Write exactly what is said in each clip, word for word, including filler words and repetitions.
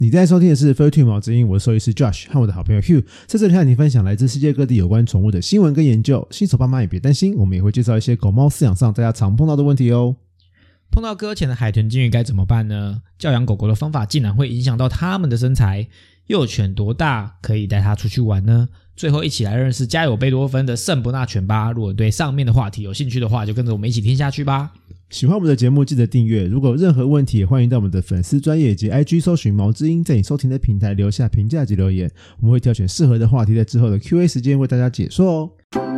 你在收听的是飞兔毛之音，我是兽医师 Josh 和我的好朋友 Hugh， 在这里和你分享来自世界各地有关宠物的新闻跟研究。新手爸妈也别担心，我们也会介绍一些狗猫饲养上大家常碰到的问题哦。 碰到搁浅的海豚鲸鱼该怎么办呢？教养狗狗的方法竟然会影响到它们的身材。幼犬多大可以带它出去玩呢？最后一起来认识家有贝多芬的圣伯纳犬吧。如果对上面的话题有兴趣的话，就跟着我们一起听下去吧。 喜欢我们的节目记得订阅，如果有任何问题也欢迎到我们的粉丝专页及 I G 搜寻毛之音，在你收听的平台留下评价及留言，我们会挑选适合的话题在之后的 Q A 时间为大家解说哦。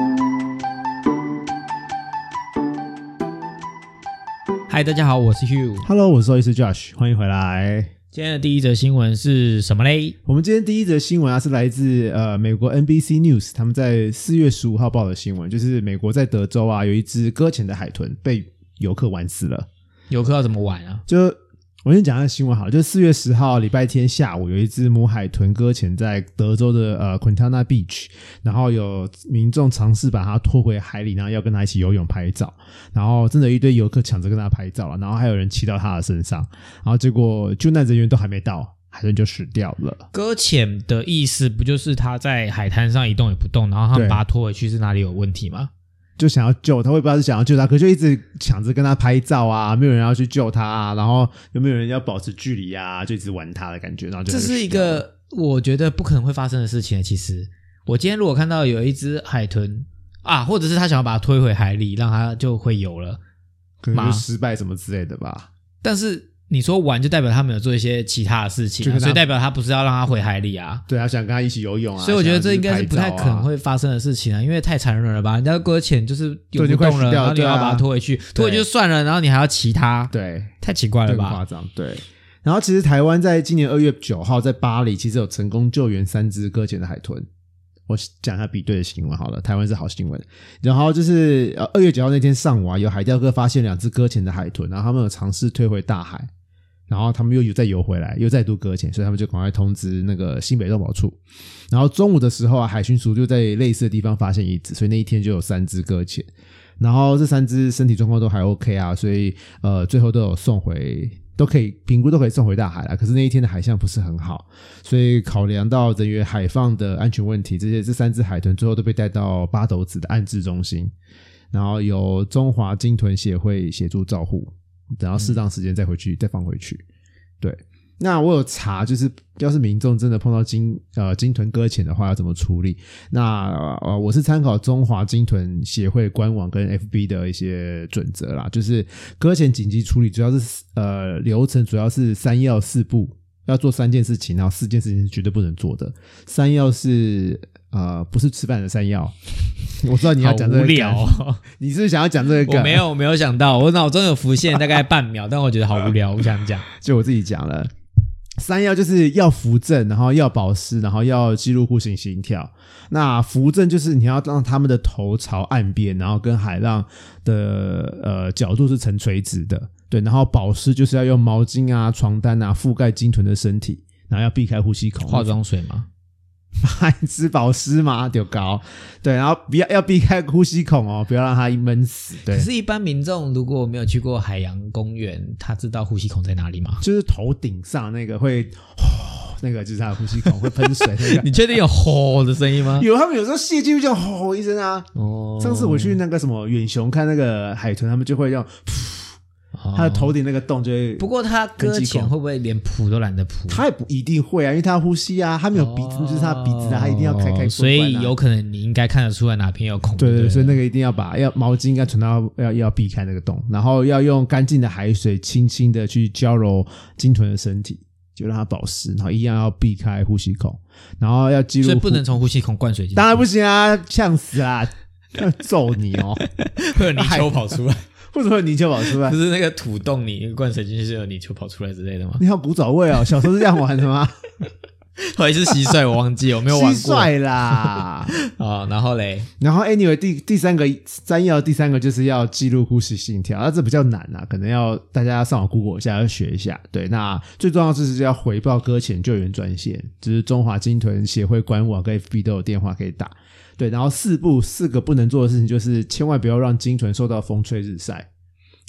嗨，大家好，我是 Hugh。 Hello， 我是兽医师 Josh， 欢迎回来。 今天的第一则新闻是什么嘞？ 我们今天第一则新闻啊，是来自呃美国 N B C News， 他们在四月十五号报的新闻，就是美国在德州啊有一只搁浅的海豚被游客玩死了。 游客要怎么玩啊？ 就我先讲一下新闻好了，就四月十号礼拜天下午，有一只母海豚搁浅在德州的呃 Quintana Beach， 然后有民众尝试把它拖回海里，然后要跟它一起游泳拍照，然后真的有一堆游客抢着跟它拍照了，然后还有人骑到它的身上，然后结果救难人员都还没到，海豚就死掉了。 搁浅的意思不就是它在海滩上一动也不动，然后他们把它拖回去是哪里有问题吗？ 就想要救他，我也不知道是想要救他，可就一直抢着跟他拍照啊，没有人要去救他啊，然后有没有人要保持距离啊，就一直玩他的感觉，然后就这是一个我觉得不可能会发生的事情。其实我今天如果看到有一只海豚啊，或者是他想要把它推回海里，让它就会游了， 可能就失败什么之类的吧。 但是你说玩就代表他们有做一些其他的事情、啊、所以代表他不是要让他回海里啊。 对，他想跟他一起游泳啊， 所以我觉得这应该是不太可能会发生的事情啊，因为太残忍了吧。人家搁浅就是游不动了，然后你要把它拖回去，拖回去就算了，然后你还要骑它，对，太奇怪了吧， 夸张。对，然后其实台湾在今年二月九号在巴黎其实有成功救援三只搁浅的海豚。我讲一下比对的新闻好了，台湾是好新闻。然后就是呃二月九号那天上午啊，有海钓客发现两只搁浅的海豚，然后他们有尝试推回大海，然后他们又再游回来，又再度搁浅，所以他们就赶快通知那个新北动保处。然后中午的时候啊，海巡署就在类似的地方发现一只，所以那一天就有三只搁浅。然后这三只身体状况都还 OK 啊，所以呃最后都有送回，都可以评估都可以送回大海啦。可是那一天的海象不是很好，所以考量到人员海放的安全问题，这些这三只海豚最后都被带到八斗子的安置中心，然后由中华鲸豚协会协助照护，等到适当时间再回去、嗯、再放回去。对，那我有查，就是要是民众真的碰到鲸呃鲸豚搁浅的话要怎么处理。那呃我是参考中华鲸豚协会官网跟 F B 的一些准则啦，就是搁浅紧急处理主要是呃流程主要是三要四不，要做三件事情，然后四件事情是绝对不能做的。三要是呃不是吃饭的三要。我知道你要讲这个， 好无聊哦， 你是不是想要讲这个？ 我没有，我没有想到，我脑中有浮现大概半秒，但我觉得好无聊，我不想讲， 就我自己讲了。三要就是要扶正，然后要保湿，然后要记录户型心跳。那扶正就是你要让他们的头朝岸边，然后跟海浪的呃角度是呈垂直的，对。然后保湿就是要用毛巾啊、床单啊覆盖鲸豚的身体，然后要避开呼吸孔。 化妆水吗？ 吃保湿嘛，丢高，对，然后不要要避开呼吸孔哦，不要让它闷死。对， 可是，一般民众如果没有去过海洋公园，他知道呼吸孔在哪里吗？ 就是头顶上那个会，吼，那个就是它的呼吸孔会喷水那个。 你确定有吼的声音吗？ 有，他们有时候泄气就这样吼一声啊。 哦， 上次我去那个什么远雄看那个海豚，他们就会这样。他的头顶那个洞就会， 不过他搁浅会不会连扑都懒得扑？ 他也不一定会啊，因为他要呼吸啊，他没有鼻子，哦、就是他的鼻子啊，他一定要开开关关、啊、 所以有可能你应该看得出来哪边有孔。 对 对, 对，所以那个一定要把要毛巾应该存到要要避开那个洞，然后要用干净的海水轻轻的去浇揉鲸豚的身体，就让它保湿，然后一样要避开呼吸孔，然后要记录， 所以不能从呼吸孔灌水进去。 当然不行啊，呛死啊，要揍你哦， 会有泥鳅跑出来。 为什么有泥鳅跑出来？ 不是那个土洞里灌水进去是有泥鳅跑出来之类的吗？ 你好古早味哦，小时候是这样玩的吗？ 后来是蟋蟀，我忘记我没有玩过。 蟋蟀啦， 哦，然后嘞， 然后 anyway 第第三个三要第三个就是要记录呼吸心跳，那这比较难啊，可能要大家上网 Google 一下，要学一下。对，那最重要的是要回报搁浅救援专线，就是中华鲸豚协会官网跟 F B 都有电话可以打。对，然后四不四个不能做的事情就是千万不要让鲸豚受到风吹日晒。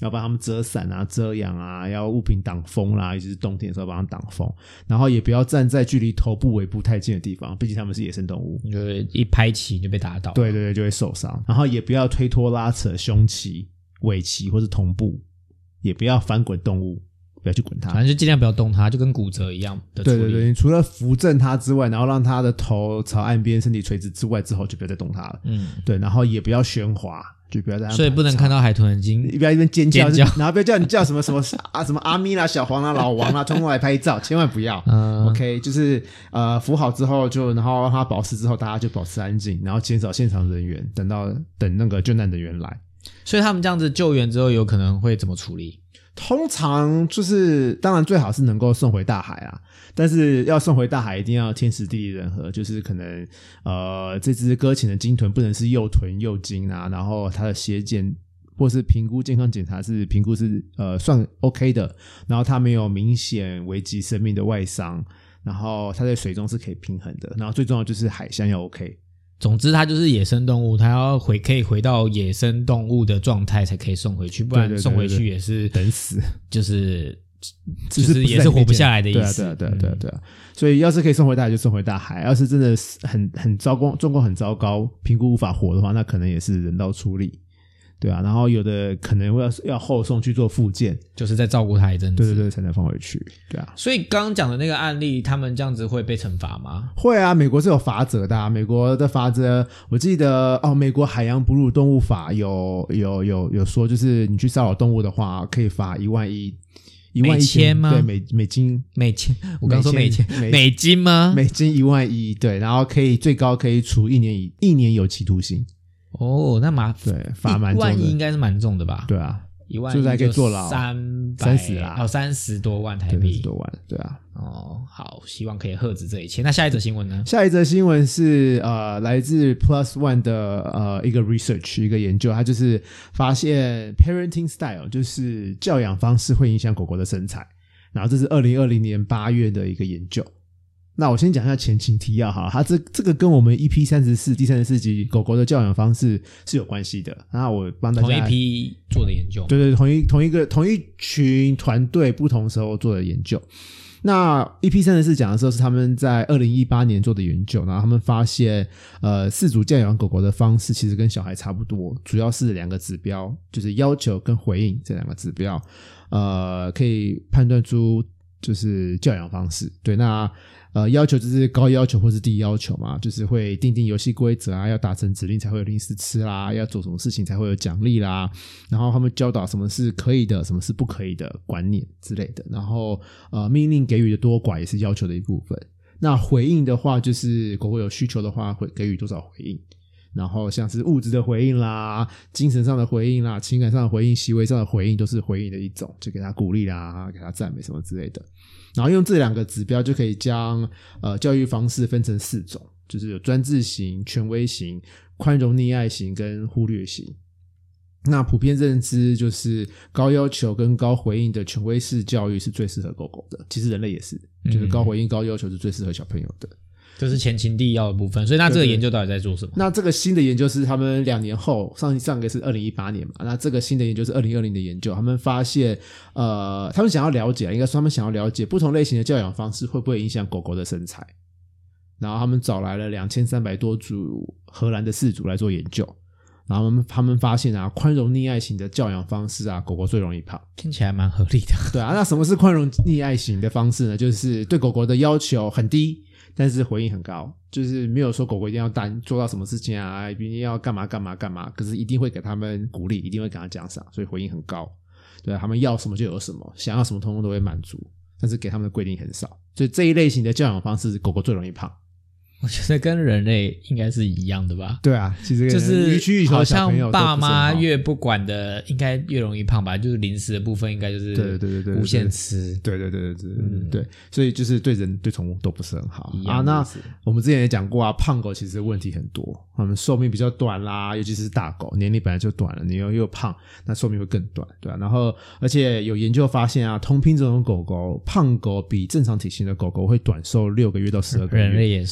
要帮他们遮伞啊、遮阳啊，要物品挡风啦，尤其是冬天的时候帮他们挡风。然后也不要站在距离头部、尾部太近的地方，毕竟他们是野生动物， 你就一拍旗就被打倒。 对对对，就会受伤。然后也不要推脱拉扯胸鳍、尾鳍或是臀部，也不要翻滚动物。不要去滚它， 反正就尽量不要动它，就跟骨折一样的处理。 对对对，你除了扶正它之外，然后让它的头朝岸边、身体垂直之外之后，就不要再动它了。嗯，对，然后也不要喧哗，就不要在。 所以不能看到海豚已经， 不要一边尖叫， 尖叫然后不要叫你叫什么什么啊什么阿咪啦、小黄啦、老王啦，通通来拍照，千万不要。嗯 ，OK， 就是呃扶好之后就，然后让它保湿之后，大家就保持安静，然后减少现场人员，等到等那个救难人员来。 所以他们这样子救援之后，有可能会怎么处理？ 通常就是当然最好是能够送回大海啊，但是要送回大海一定要天时地利人和，就是可能呃这只搁浅的鲸豚不能是又豚又鲸啊，然后它的血检或是评估健康检查是评估是呃算 OK 的，然后它没有明显危及生命的外伤，然后它在水中是可以平衡的，然后最重要就是海象要 OK。 总之它就是野生动物，它要回可以回到野生动物的状态才可以送回去，不然送回去也是等死， 就是就是也是活不下来的意思。 对啊对啊对啊对啊对啊、嗯、所以要是可以送回大海就送回大海，要是真的很很糟糕，状况很糟糕，评估无法活的话，那可能也是人道处理。对啊，然后有的可能要要后送去做复健， 就是再照顾他一阵子， 对对对，才能放回去。对啊， 所以刚刚讲的那个案例，他们这样子会被惩罚吗？ 会啊，美国是有罚则的、啊。美国的罚则，我记得哦，美国海洋哺乳动物法有有有有说，就是你去骚扰动物的话，可以罚一万一。一万一千吗？ 对，美美金， 美金，我刚说美金，美, 美金吗？ 美金一万一，对，然后可以最高可以处一年以一年有期徒刑。 哦，那麻对罚蛮重的， 一万一应该是蛮重的吧？ 对啊， 一万就是还可以坐牢三三十啦， 哦，三十多万台币， 三十多万，对啊。 哦，好，希望可以遏止这一切。那下一则新闻呢？ 下一则新闻是呃，来自 Plus One 的呃一个 research 一个研究，它就是发现 parenting style 就是教养方式会影响狗狗的身材。然后这是二零二零年八月的一个研究。那我先讲一下前情提要哈，它这这个跟我们 E P 三十四 第三十四集狗狗的教养方式是有关系的。那我帮大家同一批做的研究， 对对，同一同一个同一群团队不同时候做的研究。那 E P 三十四 讲的时候是他们在二零一八年做的研究，然后他们发现呃饲主教养狗狗的方式其实跟小孩差不多，主要是两个指标，就是要求跟回应这两个指标，呃可以判断出就是教养方式。对，那呃要求就是高要求或是低要求嘛，就是会订定游戏规则啊，要达成指令才会有零食吃啦，要做什么事情才会有奖励啦，然后他们教导什么是可以的，什么是不可以的观念之类的，然后呃命令给予的多寡也是要求的一部分。那回应的话，就是狗狗有需求的话会给予多少回应，然后像是物质的回应啦，精神上的回应啦，情感上的回应，行为上的回应都是回应的一种，就给他鼓励啦，给他赞美什么之类的。然后用这两个指标就可以将呃教育方式分成四种，就是有专制型、权威型、宽容溺爱型跟忽略型。那普遍认知就是高要求跟高回应的权威式教育是最适合狗狗的，其实人类也是，就是高回应高要求是最适合小朋友的。 这是前情提要的部分，所以那这个研究到底在做什么？ 那这个新的研究是他们两年后，上上个是二零一八年嘛，那这个新的研究是二零二零的研究，他们发现呃，他们想要了解，应该说他们想要了解不同类型的教养方式会不会影响狗狗的身材，然后他们找来了两千三百多组荷兰的饲主来做研究，然后他们他们发现啊，宽容溺爱型的教养方式啊，狗狗最容易胖。 听起来蛮合理的。 对啊，那什么是宽容溺爱型的方式呢？就是对狗狗的要求很低，但是回应很高，就是没有说狗狗一定要单做到什么事情啊，一定要干嘛干嘛干嘛，可是一定会给他们鼓励，一定会给他奖赏，所以回应很高。对啊，他们要什么就有什么，想要什么通通都会满足，但是给他们的规定很少，所以这一类型的教养方式，狗狗最容易胖。 我觉得跟人类应该是一样的吧。 对啊，其实就是好像爸妈越不管的应该越容易胖吧，就是零食的部分应该就是对对对对无限吃。 对对对对对对对，所以就是对人对宠物都不是很好啊。 那我们之前也讲过啊，胖狗其实问题很多，它们寿命比较短啦，尤其是大狗年龄本来就短了，你又又胖，那寿命会更短，对啊。然后而且有研究发现啊，同品种的狗狗胖狗比正常体型的狗狗会短寿六个月到十二个月， 人类也是。 呃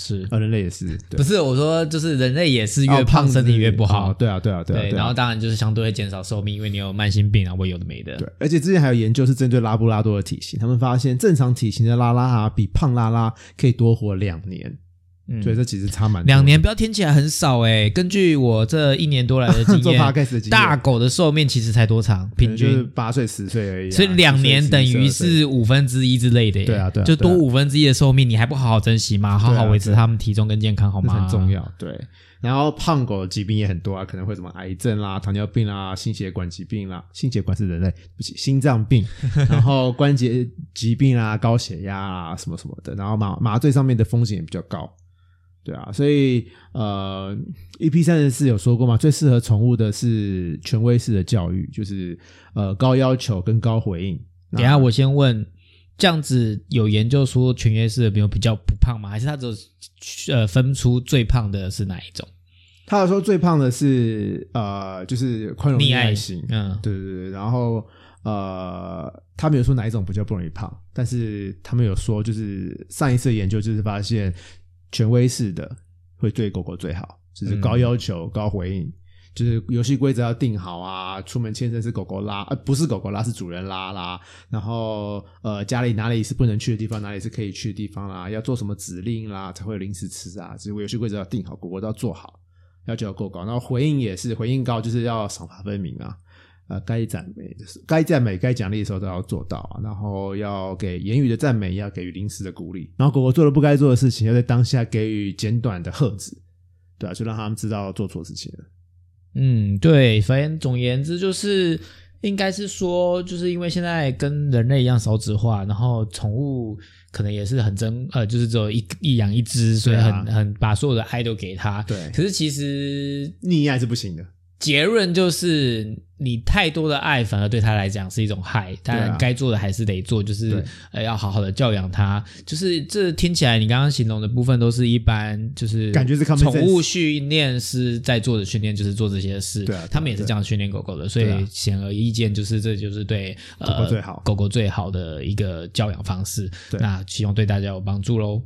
人类也是，对不是我说就是人类也是越胖身体越不好， 哦、对啊对啊对啊 对, 对，然后当然就是相对会减少寿命，因为你有慢性病啊，我有的没的。 对，而且之前还有研究是针对拉布拉多的体型，他们发现正常体型的拉拉啊，比胖拉拉可以多活两年。嗯，所以这其实差蛮多的。 两年不要听起来很少诶、欸，根据我这一年多来的经验，大狗的寿命其实才多长？平均就是八岁十岁而已、啊， 所以两年等于是五分之一之类的、欸。 对啊，对啊， 就多五分之一的寿命，你还不好好珍惜吗？好好维持他们体重跟健康好吗？ 很重要。对，然后胖狗的疾病也很多啊，可能会什么癌症啦、糖尿病啦、心血管疾病啦，心血管是人类，对不起，心脏病，然后关节疾病啊、高血压啊什么什么的，然后麻麻醉上面的风险也比较高。对啊，所以呃 E P 三十四 有说过嘛，最适合宠物的是权威式的教育，就是呃高要求跟高回应。 等一下我先问，这样子有研究说权威式的比较比较不胖吗？还是他只有呃分出最胖的是哪一种？ 他有说最胖的是呃就是宽容溺爱型，嗯，对对对，然后呃他们有说哪一种比较不容易胖，但是他们有说就是上一次的研究就是发现权威式的会对狗狗最好，就是高要求、嗯、高回应，就是游戏规则要定好啊，出门牵绳是狗狗拉，呃，不是狗狗拉，是主人拉啦。然后呃，家里哪里是不能去的地方，哪里是可以去的地方啦，要做什么指令啦，才会有零食吃啊，就是游戏规则要定好，狗狗都要做好，要求够高。然后回应也是，回应高就是要赏罚分明啊。呃，该赞美该赞美该奖励的时候都要做到啊，然后要给言语的赞美，要给予临时的鼓励，然后狗狗做了不该做的事情要在当下给予简短的喝止，对啊，就让他们知道做错事情了。 嗯，对，反正总言之就是应该是说，就是因为现在跟人类一样少子化，然后宠物可能也是很珍呃，就是只有一一养一只，所以很、啊、很把所有的爱都给它。 对， 可是其实溺爱是不行的。 结论就是你太多的爱反而对他来讲是一种害，当然该做的还是得做，就是呃要好好的教养他。就是这听起来你刚刚形容的部分都是一般就是感觉是宠物训练师在做的训练，就是做这些事。 对啊， 他们也是这样训练狗狗的，所以显而易见就是这就是对呃狗狗最好狗狗最好的一个教养方式。那希望对大家有帮助咯。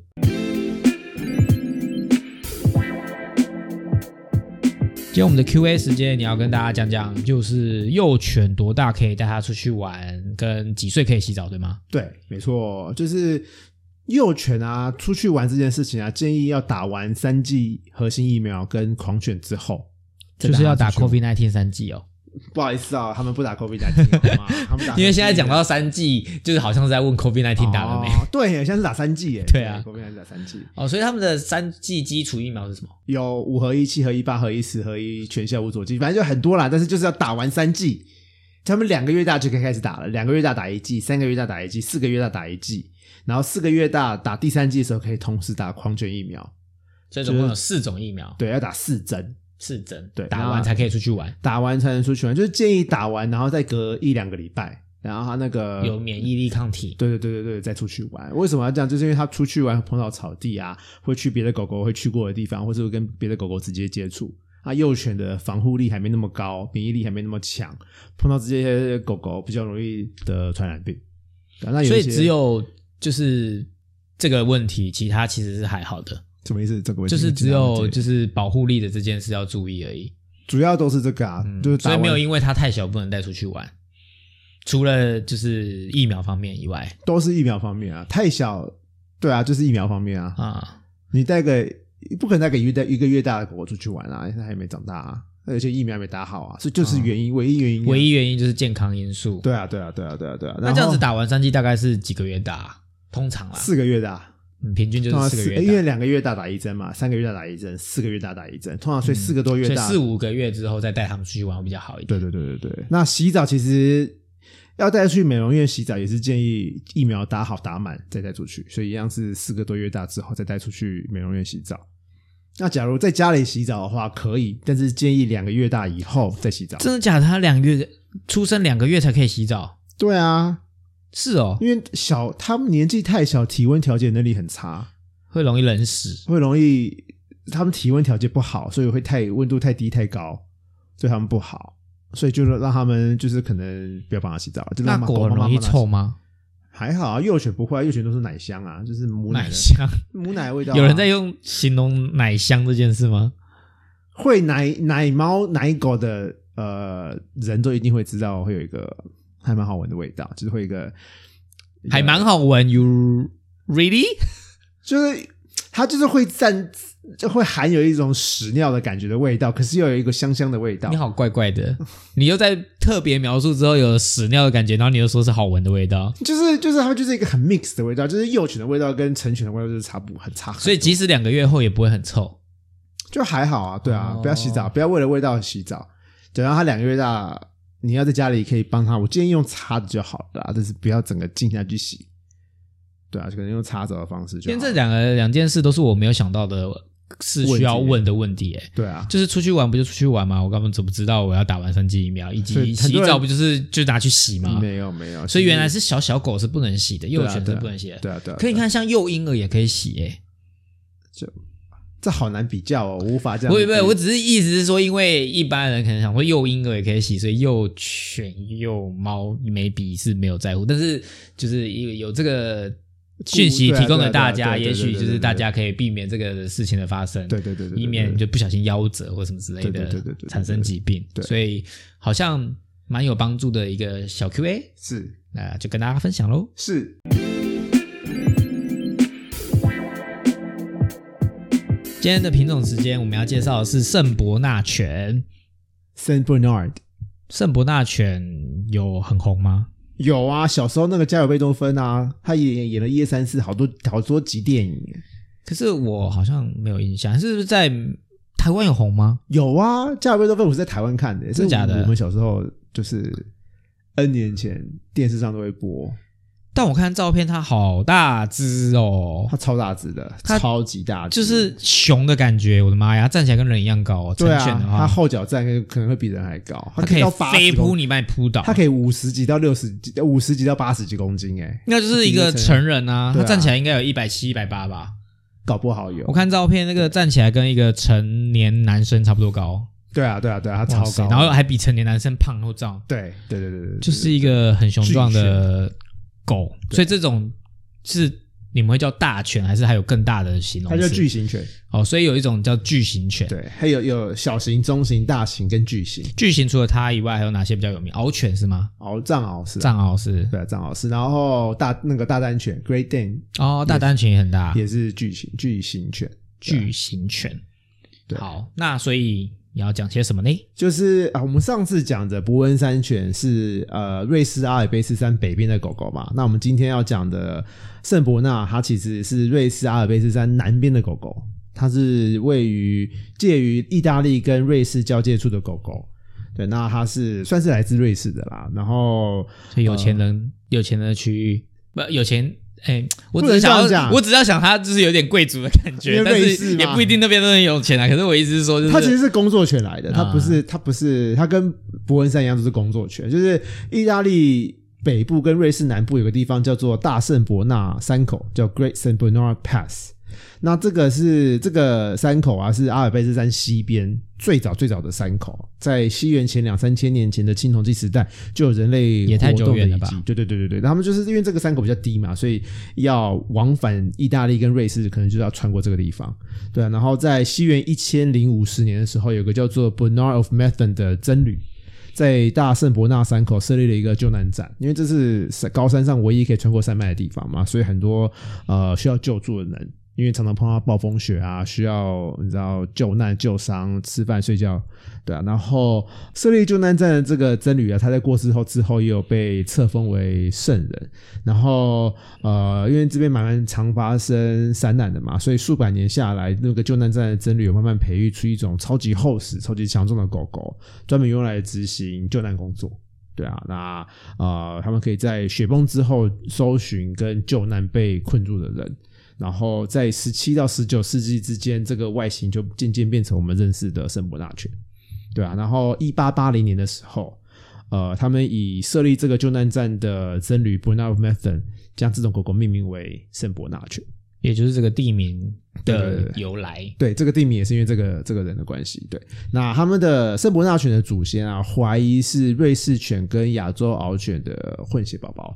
今天我们的 Q A 时间，你要跟大家讲讲，就是幼犬多大可以带它出去玩，跟几岁可以洗澡，对吗？ 对，没错，就是幼犬啊，出去玩这件事情啊，建议要打完三剂核心疫苗跟狂犬之后， 就是要打 COVID 十九 三剂哦。 不好意思啊，他们不打 COVID 十九 好吗？他们打因为现在讲到三剂，就是好像是在问 COVID 十九 打了没、 哦、对，像是打三剂耶。 对啊， COVID 十九 打三剂哦，所以他们的三剂基础疫苗是什么？ 有五合一、七合一、八合一、十合一、全效无佐剂，反正就很多啦，但是就是要打完三剂，他们两个月大就可以开始打了，两个月大打一剂，三个月大打一剂，四个月大打一剂，然后四个月大打第三剂的时候可以同时打狂犬疫苗， 所以总共有四种疫苗。 对，要打四针。 四针， 对， 打完才可以出去玩， 打完才能出去玩，就是建议打完然后再隔一两个礼拜，然后他那个有免疫力抗体， 对对对对对，再出去玩。为什么要这样？就是因为他出去玩碰到草地啊，会去别的狗狗会去过的地方，或是会跟别的狗狗直接接触。啊，幼犬的防护力还没那么高，免疫力还没那么强，碰到这些狗狗比较容易得传染病。那有所以只有就是这个问题，其他其实是还好的。 什么意思？这个问题就是只有就是保护力的这件事要注意而已， 主要都是这个啊，嗯、就是所以没有因为它太小不能带出去玩，除了就是疫苗方面以外， 都是疫苗方面啊。太小，对啊，就是疫苗方面啊。啊，你带个不可能带个一个一个月大的狗狗出去玩啊，它还没长大啊，而且疫苗没打好啊，所以就是原因，嗯、唯一原因、啊， 唯一原因就是健康因素。 对啊，对啊，对啊，对啊，对啊。 那这样子打完三剂大概是几个月大？通常啦， 四个月大。 嗯，平均就是四个月大， 因为两个月大打一针嘛，三个月大打一针，四个月大打一针，通常所以四个多月大， 嗯、所以四五个月之后再带他们出去玩会比较好一点。 对对对对对。那洗澡其实要带去美容院洗澡，也是建议疫苗打好打满再带出去，所以一样是四个多月大之后再带出去美容院洗澡。那假如在家里洗澡的话可以，但是建议两个月大以后再洗澡。 真的假的？他两个月出生两个月才可以洗澡？ 对啊。 是哦， 因为小他们年纪太小，体温调节能力很差， 会容易冷死， 会容易他们体温调节不好，所以会太温度太低太高，所以他们不好，所以就让他们就是可能不要帮他洗澡，就让那狗很容易臭吗？ 还好啊，幼犬不会啊，幼犬都是奶香啊，就是母奶的奶香， 母奶的味道、啊。 有人在用形容奶香这件事吗？ 会奶奶猫奶狗的呃人都一定会知道会有一个还蛮好闻的味道，就是会有一个还蛮好闻 ，You really？ 就是它就是会占就会含有一种屎尿的感觉的味道，可是又有一个香香的味道。 你好怪怪的，你又在特别描述之后有屎尿的感觉，然后你又说是好闻的味道， 就是就是它就是一个很 mix 的味道，就是幼犬的味道跟成犬的味道就是差不很差很多， 所以即使两个月后也不会很臭， 就还好啊。对啊， 哦、 不要洗澡，不要为了味道洗澡。等到它两个月大，你要在家里可以帮它，我建议用擦的就好了啦，但是不要整个浸下去洗。对啊，就可能用擦澡的方式就好。 因为这两个两件事都是我没有想到的。是需要问的问题诶、欸， 对啊， 就是出去玩不就出去玩吗？我根本怎么知道我要打完三剂疫苗，以及洗澡不就是就拿去洗吗？ 没有没有， 所以原来是小小狗是不能洗的，幼犬是不能洗的。 对啊对啊，对啊可以看像幼婴儿也可以洗诶、欸， 就这好难比较哦，无法这样。 不不，我只是意思是说，因为一般人可能想说幼婴儿也可以洗，所以幼犬幼猫没比是没有在乎，但是就是有这个。讯息提供给大家，也许就是大家可以避免这个事情的发生， 对对对对， 以免就不小心夭折或什么之类的，产生疾病。所以好像蛮有帮助的一个小 Q A， 是， 那就跟大家分享咯。 是。 今天的品种时间，我们要介绍的是圣伯纳犬 ，Saint Bernard。 圣伯纳犬有很红吗？ 有啊，小时候那个加有贝多芬啊，他也演了一二三四好多好多集电影。 可是我好像没有印象，是不是在台湾有红吗？ 有啊，加有贝多芬我是在台湾看的， 真的假的？ 我们小时候就是 N 年前电视上都会播。 但我看照片，它好大只哦， 它超大只的，超级大只， 就是熊的感觉。我的妈呀，站起来跟人一样高哦。 对啊， 成犬的话它后脚站可能会比人还高， 它可以飞扑你，把你扑倒。 它可以五十几到六十几，五十几到八十几公斤哎， 那就是一个成人啊。它站起来应该有一百七、一百八吧， 搞不好有。 我看照片，那个站起来跟一个成年男生差不多高。 对啊，对啊，对啊，它超高， 然后还比成年男生胖后胀。 对，对对对对， 就是一个很雄壮的。狗，所以这种是你们会叫大犬，还是还有更大的形容词？ 它叫巨型犬。 哦，所以有一种叫巨型犬， 对，还有有小型、中型、大型跟巨型。 巨型除了它以外，还有哪些比较有名？獒犬是吗？ 獒藏獒是、啊， 藏獒是， 对、啊，藏獒是。然后大那个大丹犬 ，Great Dane， 哦，大丹犬也很大， 也是巨型巨型犬， 巨型犬。对，好，那所以。你要讲些什么呢？ 就是啊，我们上次讲的伯恩山犬是呃瑞士阿尔卑斯山北边的狗狗嘛，那我们今天要讲的圣伯纳，它其实是瑞士阿尔卑斯山南边的狗狗，它是位于介于意大利跟瑞士交界处的狗狗。对，那它是算是来自瑞士的啦，然后有钱人、呃、有钱人的区域，不有钱。哎、欸，我只是想要，我只要想他就是有点贵族的感觉，但是也不一定那边都很有钱啊。可是我意思是说、就是， 他其实是工作犬来的，他不是，他、嗯、不是，他跟伯恩山一样都是工作犬。就是意大利北部跟瑞士南部有个地方叫做大圣伯纳山口，叫 Great Saint Bernard Pass。那这个是这个山口啊，是阿尔卑斯山西边最早最早的山口，在西元前两三千年前的青铜器时代就有人类活动的遗迹。也太久远了吧？对对对对对，他们就是因为这个山口比较低嘛，所以要往返意大利跟瑞士，可能就是要穿过这个地方。对啊，然后在西元一千零五十年的时候，有个叫做 Bernard of Methven 的僧侣，在大圣伯纳山口设立了一个救难站，因为这是高山上唯一可以穿过山脉的地方嘛，所以很多呃需要救助的人。因为常常碰到暴风雪啊，需要你知道救难救伤、吃饭睡觉，对啊。然后设立救难站的这个僧侣啊，他在过世后之后也有被册封为圣人。然后呃，因为这边蛮蛮常发生山难的嘛，所以数百年下来，那个救难站的僧侣有慢慢培育出一种超级厚实、超级强壮的狗狗，专门用来执行救难工作。对啊，那呃，他们可以在雪崩之后搜寻跟救难被困住的人。然后在十七到十九世纪之间，这个外形就渐渐变成我们认识的圣伯纳犬，对啊。然后一八八零年的时候，呃，他们以设立这个救难站的僧侣 Bernard of Methven 将这种狗狗命名为圣伯纳犬， 也就是这个地名的由来。 对, 对, 对, 对，这个地名也是因为这个这个人的关系。对，那他们的圣伯纳犬的祖先啊，怀疑是瑞士犬跟亚洲獒犬的混血宝宝。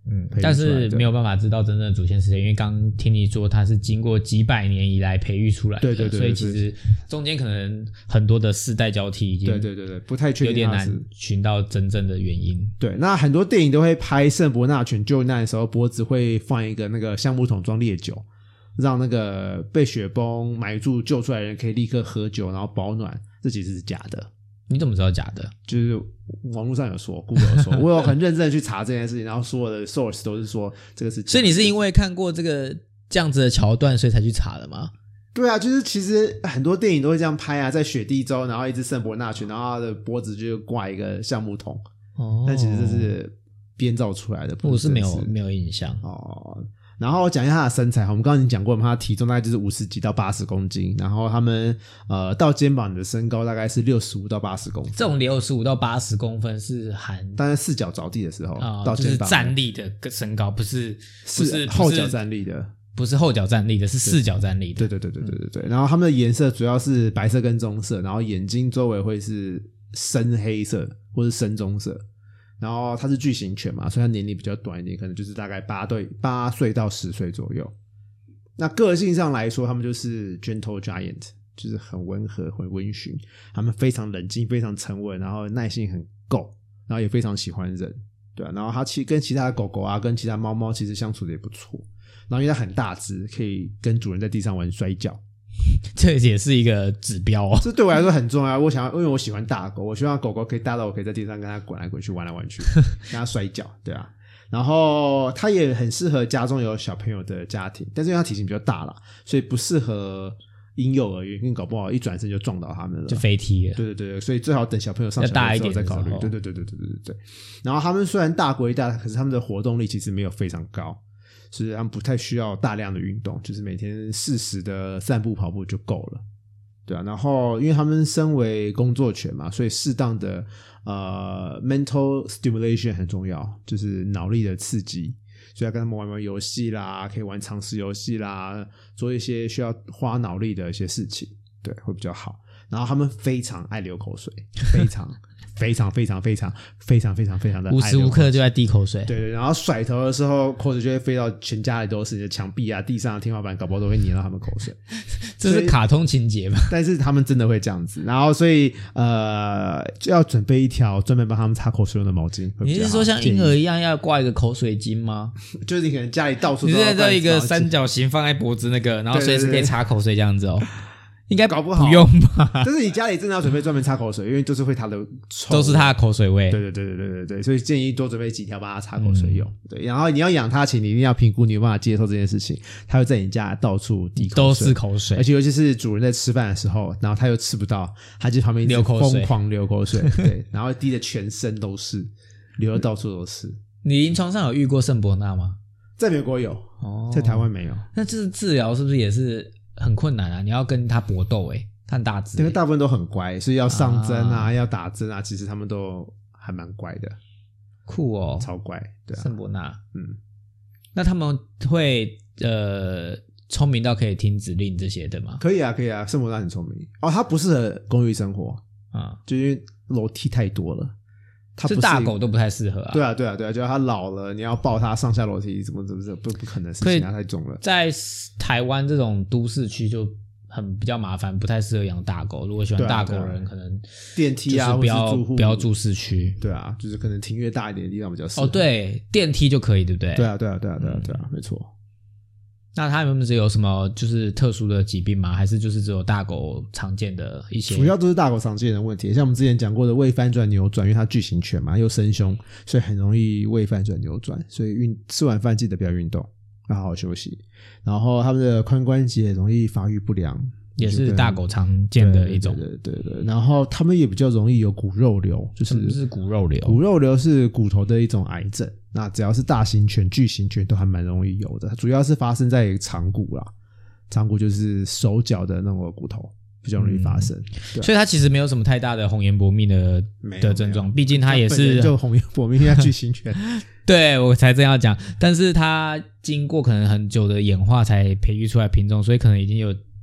嗯，但是没有办法知道真正的祖先是谁，因为刚听你说它是经过几百年以来培育出来的， 对对 对, 对, 对， 所以其实中间可能很多的世代交替已经， 对对对对，不太确定， 有点难寻到真正的原因。 对，那很多电影都会拍圣伯纳犬救难的时候，脖子会放一个那个橡木桶装烈酒，让那个被雪崩埋住救出来的人可以立刻喝酒，然后保暖。这其实是假的。 你怎么知道假的？ 就是网络上有说 Google 有说我有很认真的去查这件事情，然后所有的 source 都是说这个是假的。 所以你是因为看过这个这样子的桥段所以才去查的吗？ 对啊，就是其实很多电影都会这样拍啊，在雪地中然后一只圣伯纳犬，然后它的脖子就挂一个橡木桶。哦，但其实这是编造出来的，不是， 我是没有没有印象哦。然后讲一下他的身材，我们刚刚已经讲过嘛，他的体重大概就是五十几到八十公斤，然后他们呃到肩膀的身高大概是六十五到八十公分。 这种六十五到八十公分是含当然四脚着地的时候、 呃、 到肩膀、 就是站立的身高，不是不是后脚站立的， 不是后脚站立的，是四脚站立的。 对对对对对对对、嗯。然后他们的颜色主要是白色跟棕色，然后眼睛周围会是深黑色或是深棕色。然后它是巨型犬嘛，所以它年龄比较短一点，可能就是大概八对八岁到十岁左右。那个性上来说，他们就是 gentle giant， 就是很温和、很温驯。他们非常冷静、非常沉稳，然后耐性很够，然后也非常喜欢人，对啊。然后它其跟其他的狗狗啊，跟其他猫猫其实相处的也不错。然后因为它很大只，可以跟主人在地上玩摔跤。 这也是一个指标哦， 这对我来说很重要。我想要，因为我喜欢大狗，我希望狗狗可以大到我可以在地上跟它滚来滚去、玩来玩去，跟它摔跤，对啊。然后它也很适合家中有小朋友的家庭，但是因为它体型比较大啦，所以不适合婴幼儿园，因为搞不好一转身就撞到他们了， 就飞踢了。 对对对，所以最好等小朋友上小学之后再考虑。对对对对对对对对。然后他们虽然大归大，可是他们的活动力其实没有非常高。所以他们不太需要大量的运动，就是每天适时的散步跑步就够了，对啊。然后因为他们身为工作犬嘛，所以适当的呃 mental stimulation 很重要，就是脑力的刺激，所以要跟他们玩玩游戏啦，可以玩常识游戏啦，做一些需要花脑力的一些事情，对，会比较好。然后他们非常爱流口水，非常非常非常非常非常非常非常的爱流口水， 无时无刻就在滴口水。 对对，然后甩头的时候，口水就会飞到全家里都是，你的墙壁啊、地上、天花板，搞不好都会黏到他们口水。 这是卡通情节吧？ 但是他们真的会这样子，然后所以呃，就要准备一条专门帮他们擦口水用的毛巾。 你是说像婴儿一样要挂一个口水巾吗？ 就是你可能家里到处都你是在一个三角形放在脖子那个，然后随时可以擦口水这样子哦。应该搞不好不用吧？ 但是你家里真的要准备专门擦口水，因为就是会它的臭， 都是它的口水味。 对对对对对对对，所以建议多准备几条帮它擦口水用。嗯、对，然后你要养它前，你一定要评估你有办法接受这件事情。它会在你家到处滴口水， 都是口水， 而且尤其是主人在吃饭的时候，然后他又吃不到，他就旁边一直疯狂流口水，对，然后滴的全身都是，流的到处都是。 你临床上有遇过圣伯纳吗？ 在美国有，哦，在台湾没有。 那这是治疗是不是也是很困难啊？你要跟他搏斗诶。看大只， 因为大部分都很乖，所以要上针啊，啊要打针啊，其实他们都还蛮乖的， 酷哦， 超乖，对啊。 圣伯纳，嗯，那他们会呃聪明到可以听指令这些的吗？ 可以啊，可以啊，圣伯纳很聪明哦，他不适合公寓生活啊，就因为楼梯太多了。它是大狗都不太适合啊。 对啊，对啊，对啊，就是它老了，你要抱它上下楼梯，怎么怎么怎么不不可能，事情它太重了。 在台湾这种都市区就很比较麻烦，不太适合养大狗。如果喜欢大狗的人，啊啊、可能电梯啊， 不要或是住户不要住市区。 对啊，就是可能庭院大一点的地方比较适合。 哦，对，电梯就可以，对不对？ 对啊，对啊，对啊，对啊，对啊，嗯、没错。 那它有没有有什么就是特殊的疾病吗？还是就是只有大狗常见的一些？ 主要都是大狗常见的问题，像我们之前讲过的胃翻转扭转，因为它巨型犬嘛，又生凶，所以很容易胃翻转扭转。所以运吃完饭记得不要运动，要好好休息。然后他们的髋关节容易发育不良， 也是大狗常见的一种。 对对 对, 对, 对。然后他们也比较容易有骨肉瘤，就是什么是骨肉瘤？ 骨肉瘤是骨头的一种癌症。那只要是大型犬、巨型犬都还蛮容易有的，主要是发生在长骨啦，长骨就是手脚的那种骨头比较容易发生， 嗯、所以它其实没有什么太大的红颜薄命的的症状，毕竟它也是就红颜薄命，因为它巨型犬。 对，我才这样讲，但是它经过可能很久的演化才培育出来品种，所以可能已经有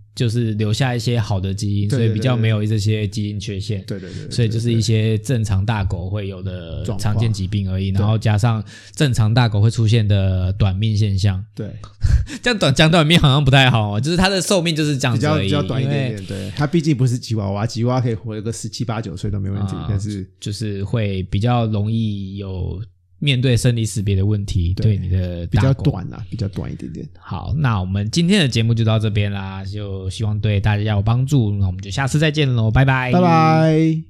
就是留下一些好的基因， 对对对对， 所以比较没有这些基因缺陷。 对对 对, 对, 对， 所以就是一些正常大狗会有的常见疾病而已， 然后加上正常大狗会出现的短命现象。 对， 这样短讲短命好像不太好哦，就是它的寿命就是这样子而已， 比较比较短一点点。对，它毕竟不是吉娃娃，吉娃娃可以活个十七八九岁都没问题，啊、但是就是会比较容易有面对生离死别的问题， 对, 对你的比较短啦，比较短一点点。 好，那我们今天的节目就到这边啦，就希望对大家有帮助，那我们就下次再见喽，拜拜， 拜拜。